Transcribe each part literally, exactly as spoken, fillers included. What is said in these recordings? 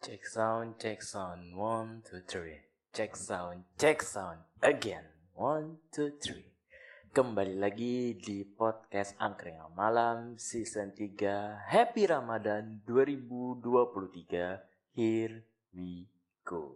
Check sound, check sound, one, two, three. Check sound, check sound, again, one, two, three. Kembali lagi di podcast Angkringan Malam Season tiga. Happy Ramadan dua ribu dua puluh tiga. Here we go.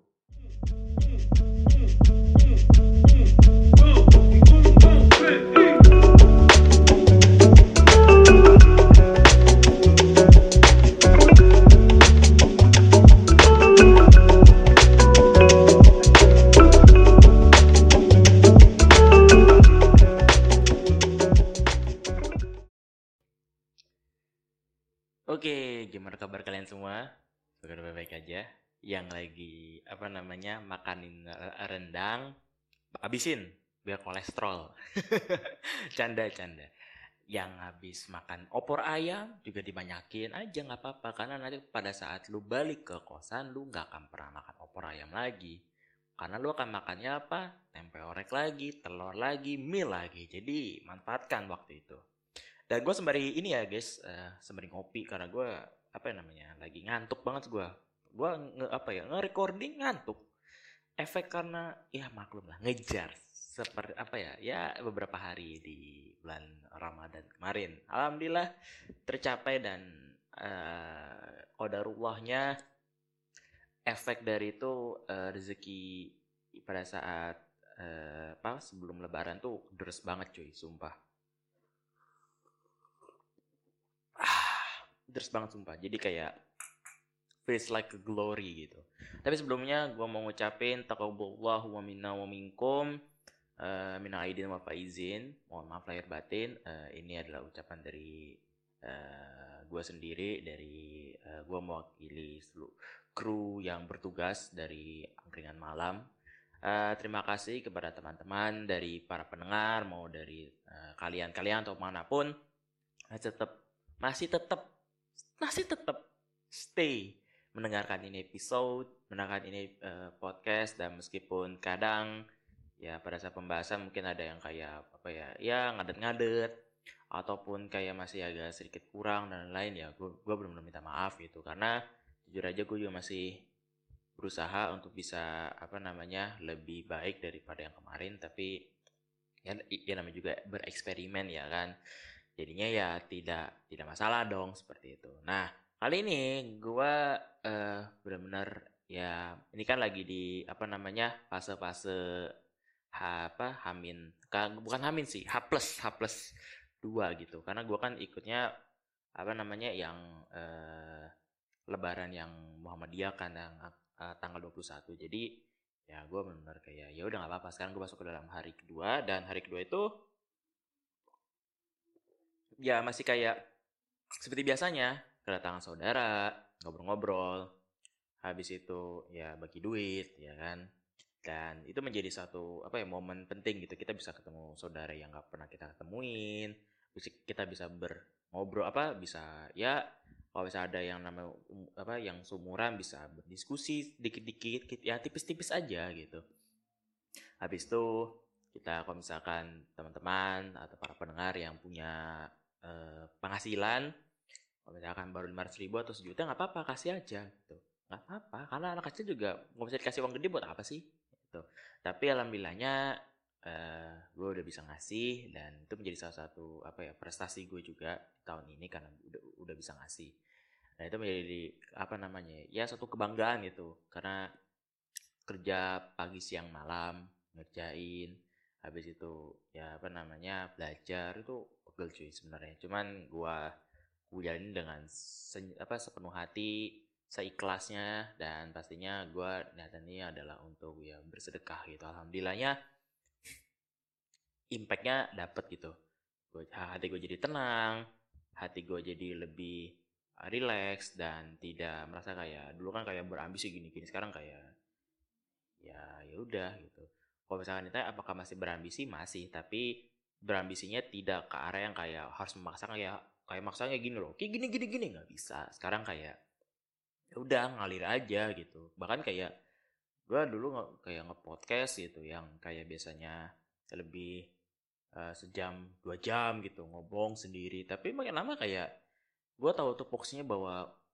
Oke, gimana kabar kalian semua? Semoga baik-baik aja. Yang lagi apa namanya makanin rendang, habisin biar kolesterol. Canda-canda. Yang habis makan opor ayam juga dibanyakin aja nggak apa-apa, karena nanti pada saat lu balik ke kosan lu nggak akan pernah makan opor ayam lagi, karena lu akan makannya apa? Tempe orek lagi, telur lagi, mie lagi. Jadi manfaatkan waktu itu. Dan gue sembari ini ya guys, uh, sembari ngopi karena gue apa ya namanya lagi ngantuk banget gue. Gue nge apa ya nge-recording ngantuk. Efek karena ya maklum lah ngejar seperti apa ya ya beberapa hari di bulan Ramadan kemarin. Alhamdulillah tercapai dan uh, qadarullahnya efek dari itu uh, rezeki pada saat uh, apa sebelum Lebaran tuh deres banget cuy, sumpah. Terus banget sumpah, jadi kayak feels like a glory gitu. Tapi sebelumnya gue mau ngucapin taqabbalallahu wa minna wa minkum, uh, minal aidin wal faizin, mohon maaf lahir batin. Uh, ini adalah ucapan dari uh, gue sendiri, dari uh, gue mewakili seluruh kru yang bertugas dari Angkringan Malam. Uh, terima kasih kepada teman-teman dari para pendengar, mau dari uh, kalian-kalian atau manapun, masih tetap masih tetap masih tetap stay mendengarkan ini episode, mendengarkan ini uh, podcast. Dan meskipun kadang ya pada saat pembahasan mungkin ada yang kayak apa ya ya ngadet-ngadet ataupun kayak masih agak sedikit kurang dan lain, ya gue gue benar-benar minta maaf gitu, karena jujur aja gue juga masih berusaha untuk bisa apa namanya lebih baik daripada yang kemarin. Tapi ya, ya namanya juga bereksperimen ya kan, jadinya ya tidak tidak masalah dong seperti itu. Nah kali ini gue uh, benar-benar ya ini kan lagi di apa namanya fase-fase H apa Hamin kan, bukan Hamin sih, H plus H plus dua gitu, karena gue kan ikutnya apa namanya yang uh, Lebaran yang Muhammadiyah kan yang uh, tanggal dua puluh satu. Jadi ya gue benar-benar kayak ya udah nggak apa-apa, sekarang gue masuk ke dalam hari kedua. Dan hari kedua itu ya masih kayak seperti biasanya, kedatangan saudara, ngobrol-ngobrol, habis itu ya bagi duit ya kan. Dan itu menjadi satu apa ya momen penting gitu, kita bisa ketemu saudara yang nggak pernah kita ketemuin, kita bisa berngobrol apa bisa ya kalau bisa ada yang namanya apa yang seumuran bisa berdiskusi dikit-dikit ya tipis-tipis aja gitu. Habis itu kita kalau misalkan teman-teman atau para pendengar yang punya eh, penghasilan, kalau misalkan baru lima ratus ribu atau sejuta nggak apa-apa, kasih aja gitu, nggak apa-apa, karena anak kecil juga nggak bisa dikasih uang gede buat apa sih gitu. Tapi alhamdulillahnya eh, gue udah bisa ngasih, dan itu menjadi salah satu apa ya prestasi gue juga tahun ini karena udah udah bisa ngasih. Nah itu menjadi apa namanya ya satu kebanggaan gitu, karena kerja pagi siang malam ngerjain, habis itu ya apa namanya belajar itu pegel cuy sebenarnya. Cuman gua gua jalanin dengan se- apa sepenuh hati, seikhlasnya, dan pastinya gua niatannya adalah untuk ya bersedekah gitu. Alhamdulillahnya impactnya dapet gitu. Gua, hati gue jadi tenang, hati gue jadi lebih uh, relax, dan tidak merasa kayak dulu kan kayak berambisi gini-gini, sekarang kayak ya ya udah gitu. Kalau misalkan ditanya apakah masih berambisi, masih, tapi berambisinya tidak ke arah yang kayak harus memaksa kayak kayak maksanya gini loh, kayak gini gini gini nggak bisa. Sekarang kayak ya udah ngalir aja gitu. Bahkan kayak gue dulu nge, kayak nge-podcast gitu yang kayak biasanya lebih uh, sejam dua jam gitu ngobong sendiri, tapi makin lama kayak gue tahu tuh fokusnya bahwa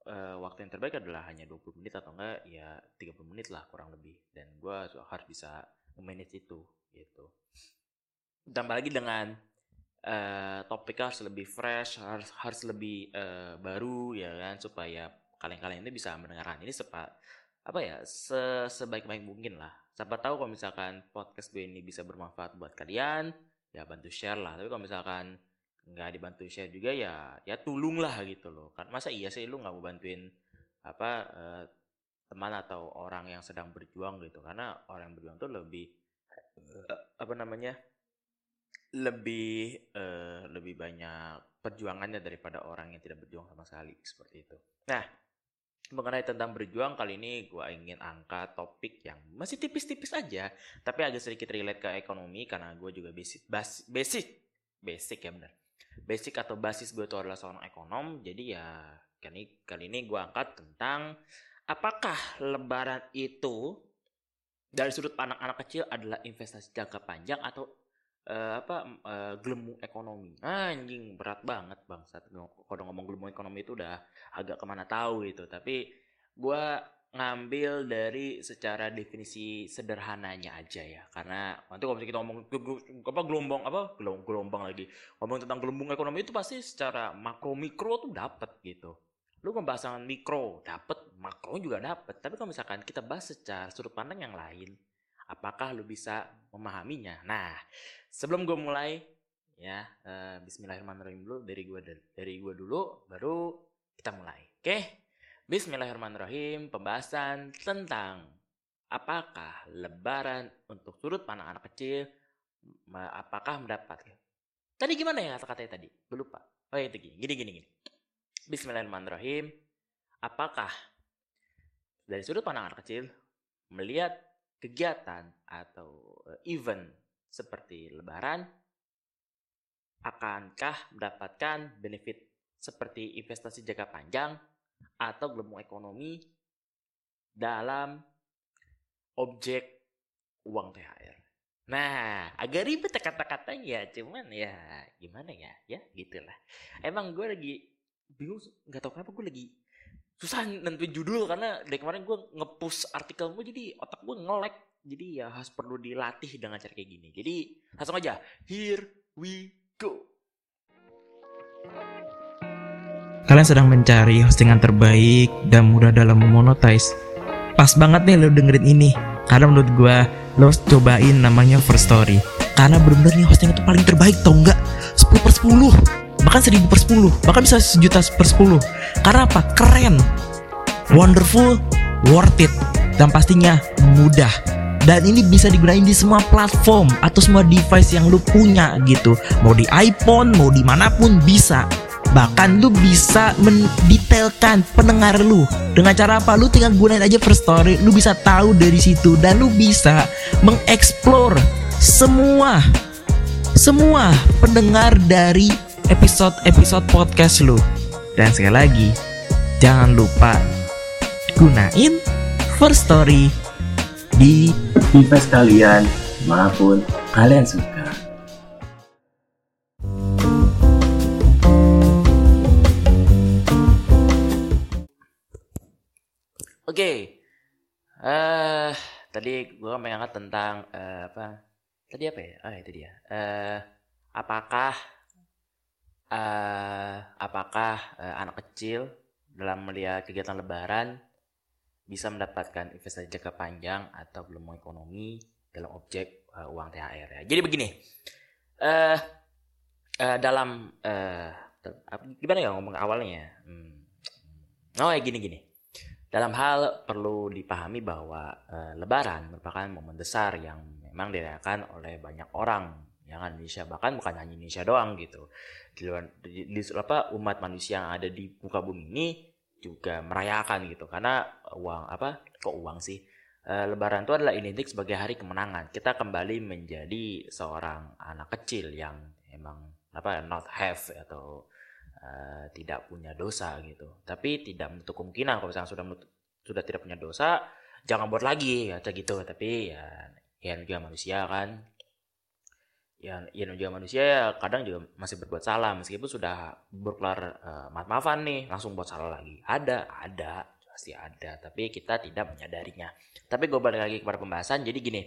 uh, waktu yang terbaik adalah hanya dua puluh menit atau enggak ya tiga puluh menit lah kurang lebih, dan gue harus bisa manage itu gitu. Tambah lagi dengan uh, topiknya harus lebih fresh, harus harus lebih uh, baru ya kan, supaya kalian-kalian ini bisa mendengarkan ini sepa apa ya se sebaik-baik mungkin lah. Siapa tahu kalau misalkan podcast gue ini bisa bermanfaat buat kalian, ya bantu share lah. Tapi kalau misalkan nggak dibantu share juga ya ya tulung lah gitu loh. Kan masa iya sih lu nggak mau bantuin apa uh, teman atau orang yang sedang berjuang gitu, karena orang yang berjuang tuh lebih uh, apa namanya lebih uh, lebih banyak perjuangannya daripada orang yang tidak berjuang sama sekali seperti itu. Nah, mengenai tentang berjuang, kali ini gue ingin angkat topik yang masih tipis-tipis aja, tapi agak sedikit relate ke ekonomi karena gue juga basic bas, basic basic ya benar basic atau basis gue itu adalah seorang ekonom. Jadi ya kali kali ini gue angkat tentang apakah lebaran itu dari sudut pandang anak kecil adalah investasi jangka panjang atau uh, apa uh, gelembung ekonomi. Anjing berat banget bangsat. Kalau ngomong gelembung ekonomi itu udah agak kemana tahu gitu. Tapi gue ngambil dari secara definisi sederhananya aja ya, karena nanti kalau kita ngomong apa gelombang apa gelombang lagi ngomong tentang gelembung ekonomi itu pasti secara makro mikro tuh dapat gitu. Lu pembahasan mikro dapat, makro juga dapat. Tapi kalau misalkan kita bahas secara sudut pandang yang lain, apakah lu bisa memahaminya? Nah, sebelum gue mulai ya, uh, Bismillahirrahmanirrahim dulu dari gue dari gue dulu, baru kita mulai. Oke? Okay? Bismillahirrahmanirrahim. Pembahasan tentang apakah lebaran untuk sudut pandang anak kecil, apakah mendapat? Tadi gimana ya kata-katanya tadi? Gue lupa. Oh itu gini, gini, gini, gini. Bismillahirrahmanirrahim. Apakah dari sudut pandang anak kecil melihat kegiatan atau event seperti lebaran akankah mendapatkan benefit seperti investasi jangka panjang atau gelembung ekonomi dalam objek uang T H R? Nah, agak ribet kata-katanya, cuman ya gimana ya, ya gitulah. Emang gue lagi bingung, nggak tahu kenapa gue lagi susah nentuin judul karena dari kemarin gue nge-push artikel gue, jadi otak gue nge-lag, jadi ya harus perlu dilatih dengan cara kayak gini. Jadi langsung aja, here we go. Kalian sedang mencari hostingan terbaik dan mudah dalam memonetize. Pas banget nih lo dengerin ini, karena menurut gue lo cobain namanya First Story. Karena bener-bener nih hosting itu paling terbaik, tau gak? sepuluh per sepuluh, bahkan seribu per sepuluh, bahkan bisa sejuta per sepuluh. Karena apa? Keren, wonderful, worth it, dan pastinya mudah. Dan ini bisa digunain di semua platform atau semua device yang lu punya gitu. Mau di iPhone, mau dimanapun bisa. Bahkan lu bisa mendetailkan pendengar lu. Dengan cara apa? Lu tinggal gunain aja First Story. Lu bisa tahu dari situ. Dan lu bisa mengeksplor semua Semua pendengar dari episode-episode podcast lu. Dan sekali lagi, jangan lupa gunain First Story di device kalian maupun kalian suka. Oke, okay. uh, tadi gue mengangkat tentang uh, apa? Tadi apa ya? Ah itu dia. Uh, apakah uh, apakah uh, anak kecil dalam melihat kegiatan Lebaran bisa mendapatkan investasi jangka panjang atau gelembung ekonomi dalam objek uh, uang T H R ya. Jadi begini, uh, uh, dalam uh, gimana ya ngomong awalnya? Hmm. Oh ya gini-gini. Dalam hal perlu dipahami bahwa uh, Lebaran merupakan momen besar yang memang dirayakan oleh banyak orang yang Indonesia, bahkan bukan hanya Indonesia doang gitu. Di luar di, di apa umat manusia yang ada di muka bumi ini juga merayakan gitu, karena uang apa kok uang sih uh, Lebaran itu adalah identik sebagai hari kemenangan. Kita kembali menjadi seorang anak kecil yang emang apa not have atau Uh, tidak punya dosa gitu, tapi tidak menutup kemungkinan kalau misalnya sudah menutup, sudah tidak punya dosa jangan buat lagi kata gitu. Tapi ya ya juga manusia kan ya ya juga manusia ya kadang juga masih berbuat salah meskipun sudah berkelar uh, maaf-maafan nih langsung buat salah lagi. Ada, ada, pasti ada, tapi kita tidak menyadarinya. Tapi gue balik lagi kepada pembahasan. Jadi gini,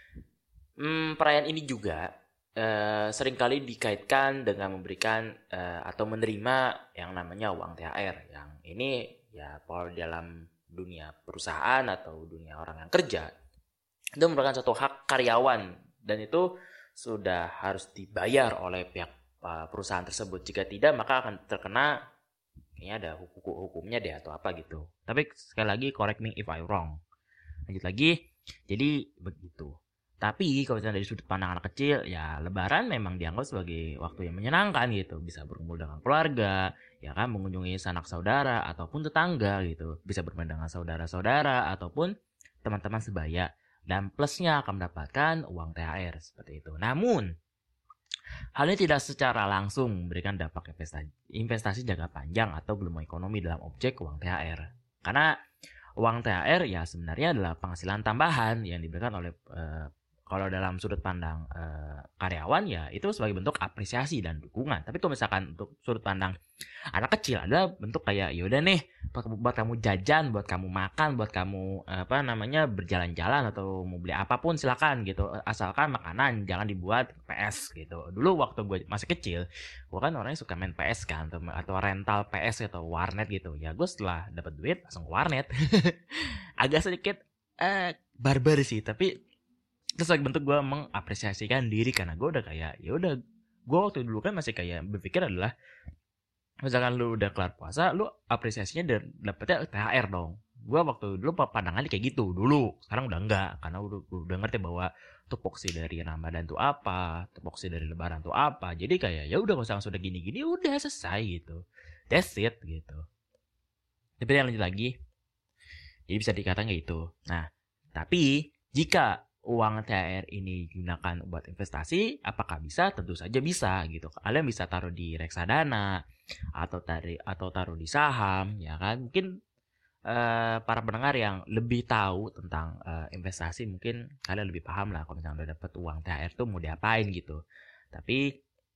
hmm, perayaan ini juga uh, seringkali dikaitkan dengan memberikan uh, atau menerima yang namanya uang T H R. Yang ini ya kalau dalam dunia perusahaan atau dunia orang yang kerja itu merupakan satu hak karyawan dan itu sudah harus dibayar oleh pihak uh, perusahaan tersebut. Jika tidak maka akan terkena kayaknya ada hukum-hukumnya deh atau apa gitu. Tapi sekali lagi correct me if I wrong. Lanjut lagi. Jadi begitu. Tapi kalau misalnya dari sudut pandang anak kecil ya lebaran memang dianggap sebagai waktu yang menyenangkan gitu. Bisa berkumpul dengan keluarga, ya kan, mengunjungi sanak saudara ataupun tetangga gitu. Bisa bermain dengan saudara-saudara ataupun teman-teman sebaya. Dan plusnya akan mendapatkan uang T H R seperti itu. Namun, hal ini tidak secara langsung memberikan dampak investasi, investasi jangka panjang atau gelombang ekonomi dalam objek uang T H R. Karena uang T H R ya sebenarnya adalah penghasilan tambahan yang diberikan oleh eh, kalau dalam sudut pandang eh, karyawan ya itu sebagai bentuk apresiasi dan dukungan. Tapi kalau misalkan untuk sudut pandang anak kecil adalah bentuk kayak yaudah nih buat, buat kamu jajan, buat kamu makan, buat kamu apa namanya berjalan-jalan atau mau beli apapun silakan gitu. Asalkan makanan jangan dibuat P S gitu. Dulu waktu gue masih kecil, gue kan orangnya suka main P S kan atau, atau rental P S atau warnet gitu. Ya gue setelah dapat duit langsung ke warnet. Agak sedikit eh, barbar sih, tapi terus sebagai bentuk gue mengapresiasikan diri karena gue udah kayak ya udah gue waktu dulu kan masih kayak berpikir adalah misalkan lu udah kelar puasa lu apresiasinya dan dapetnya T H R dong. Gue waktu dulu pandangannya kayak gitu dulu, sekarang udah enggak karena udah udah ngerti bahwa tupoksi dari Ramadan tuh apa, tupoksi dari Lebaran tuh apa. Jadi kayak ya udah misalkan sudah gini-gini udah selesai gitu, that's it gitu. Tapi yang lanjut lagi, jadi bisa dikatakan kayak gitu. Nah tapi jika uang T H R ini digunakan buat investasi, apakah bisa? Tentu saja bisa gitu. Kalian bisa taruh di reksadana atau taruh atau taruh di saham, ya kan? Mungkin uh, para pendengar yang lebih tahu tentang uh, investasi mungkin kalian lebih paham lah kalau misalnya udah dapat uang T H R tuh mau diapain gitu. Tapi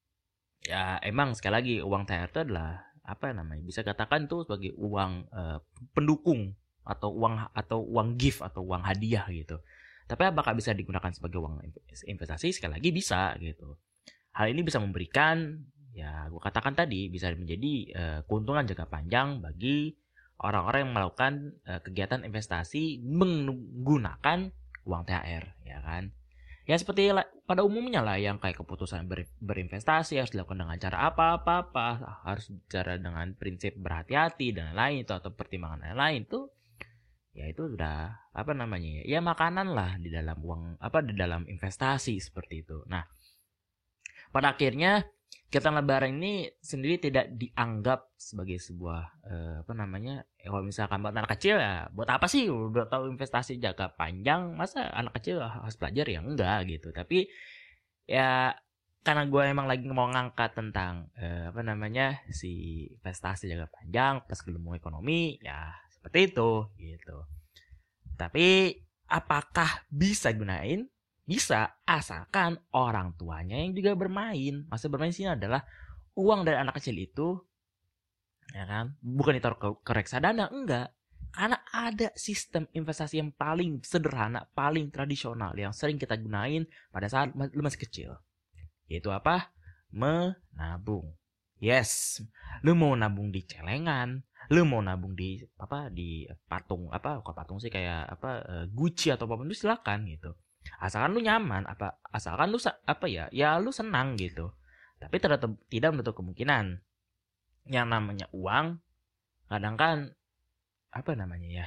ya emang sekali lagi uang T H R itu adalah apa namanya? Bisa katakan tuh sebagai uang uh, pendukung atau uang atau uang gift atau uang hadiah gitu. Tapi apakah bisa digunakan sebagai uang investasi? Sekali lagi bisa gitu. Hal ini bisa memberikan, ya gue katakan tadi, bisa menjadi uh, keuntungan jangka panjang bagi orang-orang yang melakukan uh, kegiatan investasi menggunakan uang T H R, ya kan? Ya seperti pada umumnya lah yang kayak keputusan ber, berinvestasi harus dilakukan dengan cara apa-apa, harus bicara dengan prinsip berhati-hati dan lain-lain itu atau pertimbangan lain-lain itu. Ya itu sudah apa namanya ya, ya makanan lah di dalam uang apa di dalam investasi seperti itu. Nah pada akhirnya kegiatan lebaran ini sendiri tidak dianggap sebagai sebuah eh, apa namanya ya, kalau misalkan buat anak kecil ya buat apa sih udah tahu investasi jangka panjang masa anak kecil harus belajar ya enggak gitu. Tapi ya karena gue emang lagi mau ngangkat tentang eh, apa namanya si investasi jangka panjang plus gelombang ekonomi ya seperti itu gitu. Tapi apakah bisa gunain? Bisa, asalkan orang tuanya yang juga bermain. Maksud bermain sini adalah uang dari anak kecil itu, ya kan? Bukan ditaruh ke, ke reksadana, enggak. Karena ada sistem investasi yang paling sederhana, paling tradisional yang sering kita gunain pada saat lu masih kecil. Yaitu apa? Menabung. Yes, lu mau nabung di celengan, lu mau nabung di apa di patung apa kok patung sih kayak apa uh, Gucci atau apapun itu silakan gitu. Asalkan lu nyaman, apa asalkan lu apa ya, ya lu senang gitu. Tapi tidak tidak menutup kemungkinan yang namanya uang kadang kan apa namanya ya?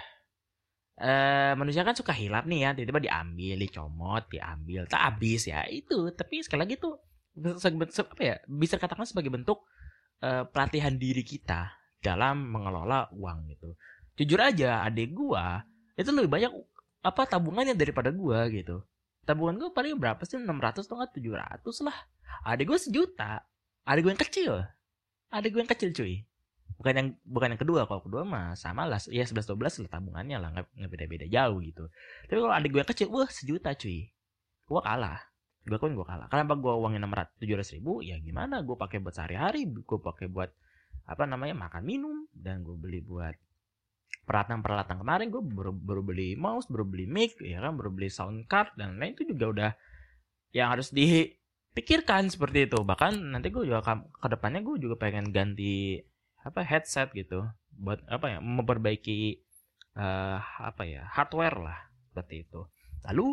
Eh manusia kan suka hilap nih ya, tiba-tiba diambil, dicomot, diambil, tak habis ya itu. Tapi sekali lagi tuh apa ya? Bisa dikatakan sebagai bentuk uh, pelatihan diri kita dalam mengelola uang gitu. Jujur aja adik gua itu lebih banyak apa tabungannya daripada gua gitu. Tabungan gua paling berapa sih? enam ratus atau enggak tujuh ratus lah. Adik gua sejuta. Adik gua yang kecil. Adik gua yang kecil cuy. Bukan yang bukan yang kedua, kalau kedua mah sama lah. Ya sebelas dua belas lah tabungannya lah, enggak beda-beda jauh gitu. Tapi kalau adik gua yang kecil, wah sejuta cuy. Gua kalah. gue akui gue kalah. Kenapa gue uangnya enam ratus tujuh ratus ribu? Ya gimana, gue pakai buat sehari-hari, gue pakai buat apa namanya makan minum, dan gue beli buat peralatan-peralatan. Kemarin gue baru, baru beli mouse, baru beli mic, ya kan, baru beli sound card dan lain, itu juga udah yang harus dipikirkan seperti itu. Bahkan nanti gue juga ke depannya gue juga pengen ganti apa headset gitu buat apa ya, memperbaiki uh, apa ya hardware lah seperti itu. Lalu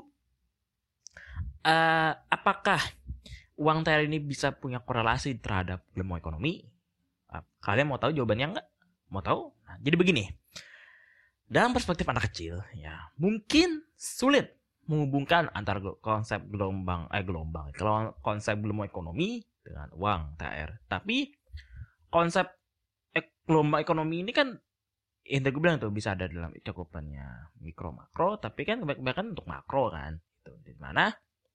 uh, apakah uang T H R ini bisa punya korelasi terhadap ilmu ekonomi? Uh, kalian mau tahu jawabannya nggak? Mau tahu? Nah, jadi begini. Dalam perspektif anak kecil, ya mungkin sulit menghubungkan antara konsep gelombang, eh gelombang, konsep ilmu ekonomi dengan uang T H R. Tapi konsep ek, gelombang ekonomi ini kan, yang tadi gue bilang tuh bisa ada dalam cakupannya mikro makro, tapi kan kebanyakan untuk makro kan. Itu di mana?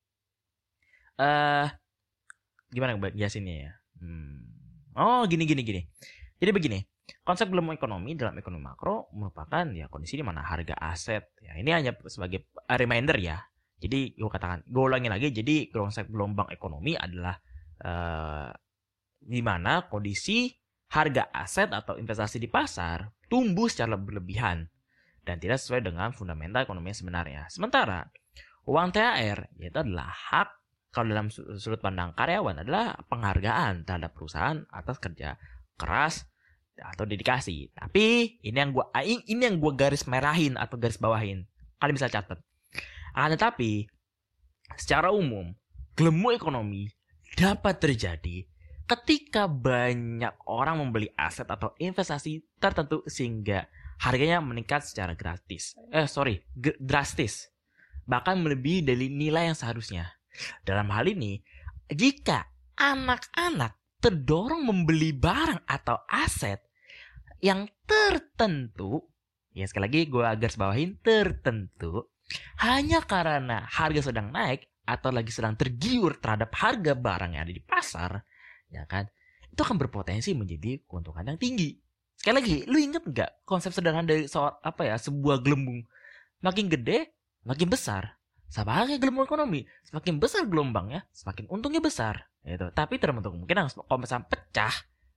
Eh, uh, gimana gue jelasinnya ya? Hmm. Oh gini gini gini. Jadi begini. Konsep gelombang ekonomi dalam ekonomi makro merupakan ya kondisi di mana harga aset, ya ini hanya sebagai reminder ya. Jadi gue katakan, gue ulangi lagi. Jadi konsep gelombang ekonomi adalah uh, di mana kondisi harga aset atau investasi di pasar tumbuh secara berlebihan dan tidak sesuai dengan fundamental ekonomi sebenarnya. Sementara uang T H R yaitu adalah hak, kalau dalam sudut pandang karyawan adalah penghargaan terhadap perusahaan atas kerja keras atau dedikasi. Tapi ini yang gua ini yang gua garis merahin atau garis bawahin. Kalian bisa catat. Akan tetapi secara umum gelembung ekonomi dapat terjadi ketika banyak orang membeli aset atau investasi tertentu sehingga harganya meningkat secara gratis. Eh sorry, g- drastis. Bahkan melebihi dari nilai yang seharusnya. Dalam hal ini, jika anak-anak terdorong membeli barang atau aset yang tertentu, ya sekali lagi gue garis bawahin tertentu, hanya karena harga sedang naik atau lagi sedang tergiur terhadap harga barang yang ada di pasar, ya kan, itu akan berpotensi menjadi keuntungan yang tinggi. Sekali lagi, lu inget nggak konsep sederhana dari soal apa ya sebuah gelembung? Makin gede, makin besar. Sama halnya gelembung ekonomi, semakin besar gelombangnya, semakin untungnya besar. Gitu. Tapi terbentuk kemungkinan kalau misalnya pecah,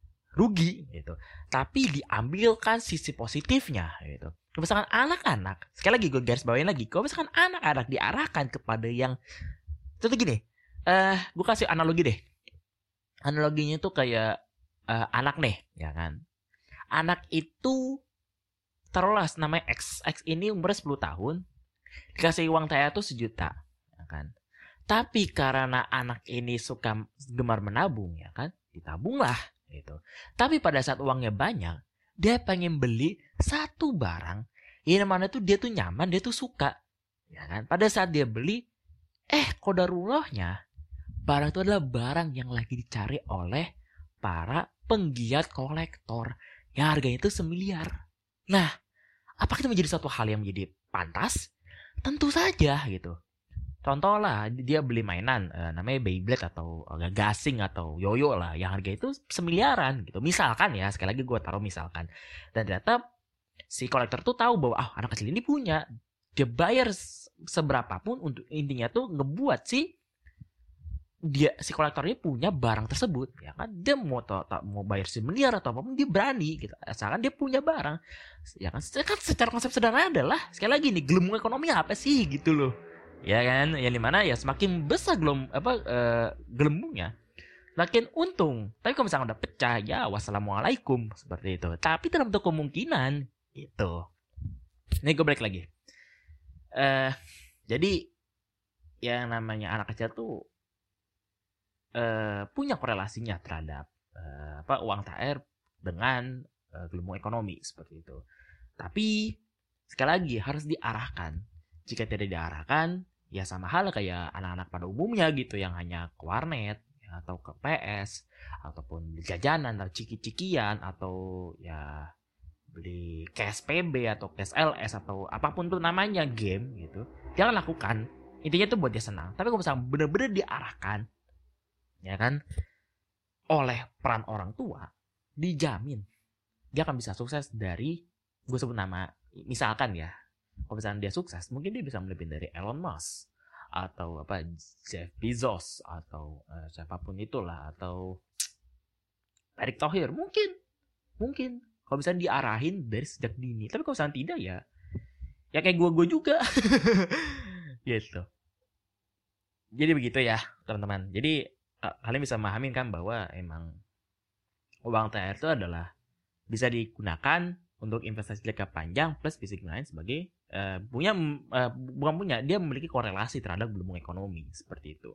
rugi gitu. Tapi diambilkan sisi positifnya gitu. Kalau misalkan anak-anak, sekali lagi gue garis bawain lagi, kalau misalkan anak-anak diarahkan kepada yang contoh gini, eh uh, gue kasih analogi deh. Analoginya tuh kayak uh, anak nih, ya kan. Anak itu taruhlah namanya X, X ini umurnya sepuluh tahun, dikasih uang T H R tuh sejuta, ya kan. Tapi karena anak ini suka gemar menabung, ya kan, ditabunglah gitu. Tapi pada saat uangnya banyak, dia pengen beli satu barang yang mana tuh dia tuh nyaman, dia tuh suka, ya kan. Pada saat dia beli, eh qadarulahnya barang itu adalah barang yang lagi dicari oleh para penggiat kolektor yang harganya itu semiliar. Nah, apakah itu menjadi satu hal yang menjadi pantas? Tentu saja gitu. Contoh lah, dia beli mainan uh, namanya Beyblade atau uh, gasing atau yoyo lah yang harga itu semiliaran gitu. Misalkan ya, sekali lagi gue taruh misalkan. Dan ternyata si kolektor tuh tahu bahwa ah anak kecil ini punya. Dia bayar seberapapun untuk intinya tuh ngebuat si dia si kolektornya punya barang tersebut, ya kan. Dia mau tak mau bayar semiliar atau apapun dia berani gitu. Asalkan dia punya barang. Ya kan, secara konsep sederhana adalah sekali lagi nih gelembung ekonomi apa sih gitu loh. Ya kan, yang dimana ya semakin besar gelem apa uh, gelembungnya, semakin untung. Tapi kalau misalnya udah pecah, ya wassalamualaikum seperti itu. Tapi dalam bentuk kemungkinan itu. Ini gue balik lagi. Uh, jadi yang namanya anak kecil tuh uh, punya korelasinya terhadap uh, apa uang T H R dengan uh, gelembung ekonomi seperti itu. Tapi sekali lagi harus diarahkan. Jika tidak diarahkan, ya sama hal kayak anak-anak pada umumnya gitu yang hanya ke warnet ya, atau ke P S ataupun beli jajanan atau ciki-cikian atau ya beli cash P B atau cash L S atau apapun tuh namanya game gitu. Jangan lakukan. Intinya tuh buat dia senang. Tapi kalau misalnya benar-benar diarahkan, ya kan, oleh peran orang tua, dijamin dia akan bisa sukses dari, gue sebut nama, misalkan ya. Kalau misalnya dia sukses, mungkin dia bisa melebihin dari Elon Musk atau apa Jeff Bezos atau uh, siapapun itulah, atau Erick Thohir, mungkin mungkin kalau misalnya diarahin dari sejak dini. Tapi kalau misalnya tidak ya ya kayak gue gue juga gitu. Jadi begitu ya teman-teman. Jadi kalian bisa memahamin kan bahwa emang uang T H R itu adalah bisa digunakan untuk investasi jangka panjang plus bisa digunakan sebagai uh, punya uh, bukan punya dia memiliki korelasi terhadap gelembung ekonomi seperti itu.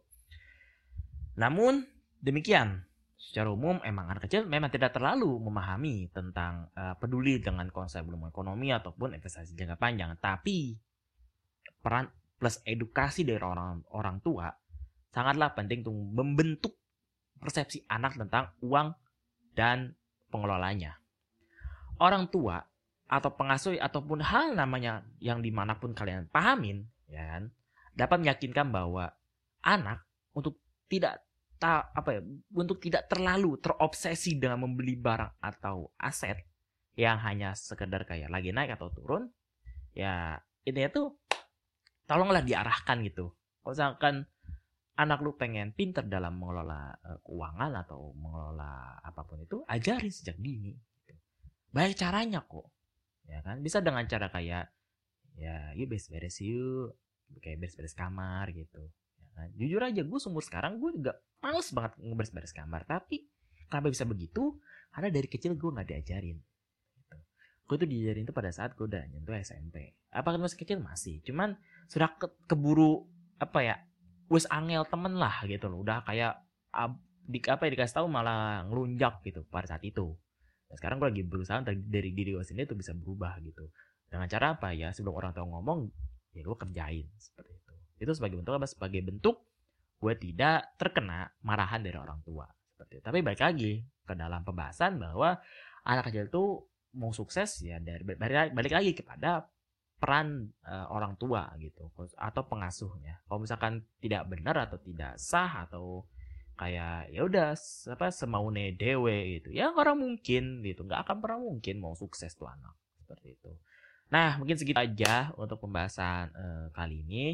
Namun demikian, secara umum emang anak kecil memang tidak terlalu memahami tentang uh, peduli dengan konsep gelembung ekonomi ataupun investasi jangka panjang. Tapi peran plus edukasi dari orang orang tua sangatlah penting untuk membentuk persepsi anak tentang uang dan pengelolanya. Orang tua atau pengasuh ataupun hal namanya yang dimanapun kalian pahamin, ya kan, dapat meyakinkan bahwa anak untuk tidak ta, apa ya, untuk tidak terlalu terobsesi dengan membeli barang atau aset yang hanya sekedar kayak lagi naik atau turun. Ya intinya tuh tolonglah diarahkan gitu. Kalau misalkan anak lu pengen pinter dalam mengelola uh, keuangan atau mengelola apapun itu, ajarin sejak dini. Gitu. Banyak caranya kok, ya kan? Bisa dengan cara kayak, ya, yuk beres-beres yuk, kayak beres-beres kamar gitu. Ya kan? Jujur aja, gue seumur sekarang gue juga males banget ngeberes-beres kamar. Tapi kenapa bisa begitu? Karena dari kecil gue nggak diajarin. Gitu. Gue tuh diajarin tuh pada saat gue udah nyentuh S M P. Apakah masih kecil? Masih. Cuman sudah ke- keburu apa ya? Wes angel temen lah gitu loh. Udah kayak ab, di, apa ya, dikasih tahu malah ngelunjak gitu pada saat itu. Nah, sekarang gue lagi berusaha dari diri gue sendiri tuh bisa berubah gitu. Dengan cara apa ya? Sebelum orang tua ngomong, ya gue kerjain seperti itu. Itu sebagai bentuk apa? Sebagai bentuk gue tidak terkena marahan dari orang tua seperti itu. Tapi balik lagi ke dalam pembahasan bahwa anak kecil tuh mau sukses ya dari balik, balik lagi kepada peran uh, orang tua gitu atau pengasuhnya. Kalau misalkan tidak benar atau tidak sah atau kayak ya udah apa semaune dewe gitu, ya orang mungkin gitu nggak akan pernah mungkin mau sukses tuh anak seperti itu. Nah mungkin segitu aja untuk pembahasan uh, kali ini.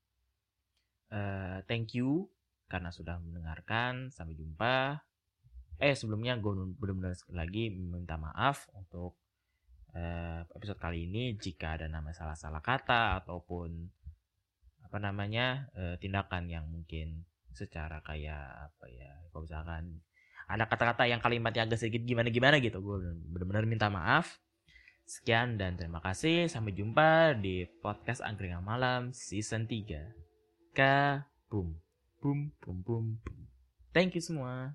Uh, thank you karena sudah mendengarkan. Sampai jumpa. Eh sebelumnya gue benar-benar sekali lagi minta maaf untuk Uh, episode kali ini jika ada nama salah-salah kata ataupun apa namanya uh, tindakan yang mungkin secara kayak apa ya, kalau misalkan ada kata-kata yang kalimatnya agak sedikit gimana-gimana gitu, gue benar-benar minta maaf. Sekian dan terima kasih, sampai jumpa di podcast Angkringan Malam season tiga. Ka boom boom boom boom boom. Thank you semua.